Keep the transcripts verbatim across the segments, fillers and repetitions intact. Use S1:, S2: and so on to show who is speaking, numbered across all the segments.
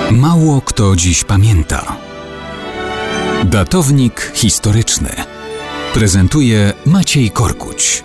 S1: Mało kto dziś pamięta. Datownik historyczny prezentuje Maciej Korkuć.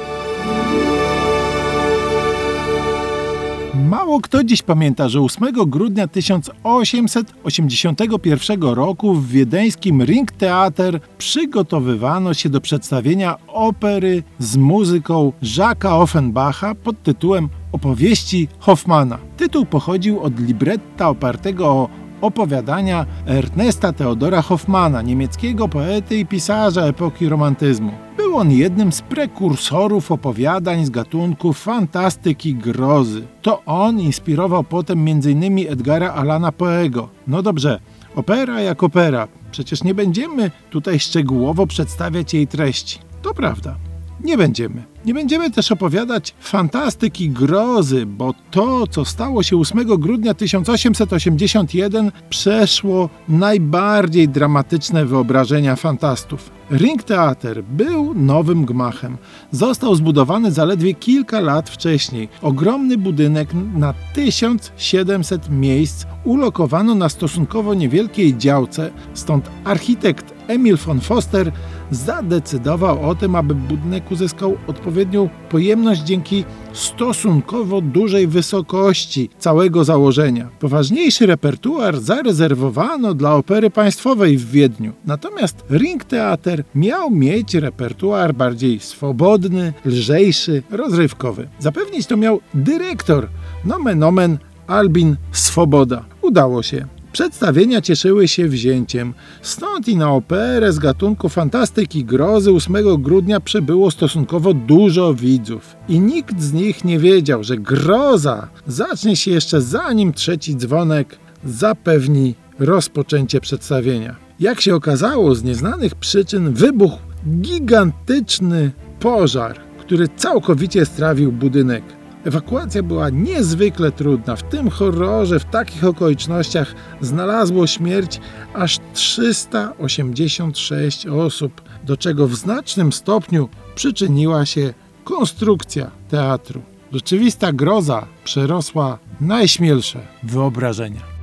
S2: Mało kto dziś pamięta, że ósmego grudnia tysiąc osiemset osiemdziesiątego pierwszego roku w wiedeńskim Ringtheater przygotowywano się do przedstawienia opery z muzyką Jacques'a Offenbacha pod tytułem Opowieści Hoffmanna. Tytuł pochodził od libretta opartego o opowiadania Ernesta Theodora Hoffmanna, niemieckiego poety i pisarza epoki romantyzmu. Był on jednym z prekursorów opowiadań z gatunku fantastyki grozy. To on inspirował potem m.in. Edgara Allana Poego. No dobrze, opera jak opera. Przecież nie będziemy tutaj szczegółowo przedstawiać jej treści. To prawda. Nie będziemy. Nie będziemy też opowiadać fantastyki grozy, bo to, co stało się ósmego grudnia tysiąc osiemset osiemdziesiątego pierwszego, przeszło najbardziej dramatyczne wyobrażenia fantastów. Ringtheater był nowym gmachem. Został zbudowany zaledwie kilka lat wcześniej. Ogromny budynek na tysiąc siedemset miejsc ulokowano na stosunkowo niewielkiej działce, stąd architekt Emil von Foster zadecydował o tym, aby budynek uzyskał odpowiednią pojemność dzięki stosunkowo dużej wysokości całego założenia. Poważniejszy repertuar zarezerwowano dla Opery Państwowej w Wiedniu. Natomiast Ringtheater miał mieć repertuar bardziej swobodny, lżejszy, rozrywkowy. Zapewnić to miał dyrektor, nomen omen Albin Swoboda. Udało się. Przedstawienia cieszyły się wzięciem, stąd i na operę z gatunku fantastyki grozy ósmego grudnia przybyło stosunkowo dużo widzów. I nikt z nich nie wiedział, że groza zacznie się jeszcze zanim trzeci dzwonek zapewni rozpoczęcie przedstawienia. Jak się okazało, z nieznanych przyczyn wybuchł gigantyczny pożar, który całkowicie strawił budynek. Ewakuacja była niezwykle trudna. W tym horrorze, w takich okolicznościach znalazło śmierć aż trzysta osiemdziesiąt sześć osób, do czego w znacznym stopniu przyczyniła się konstrukcja teatru. Rzeczywista groza przerosła najśmielsze wyobrażenia.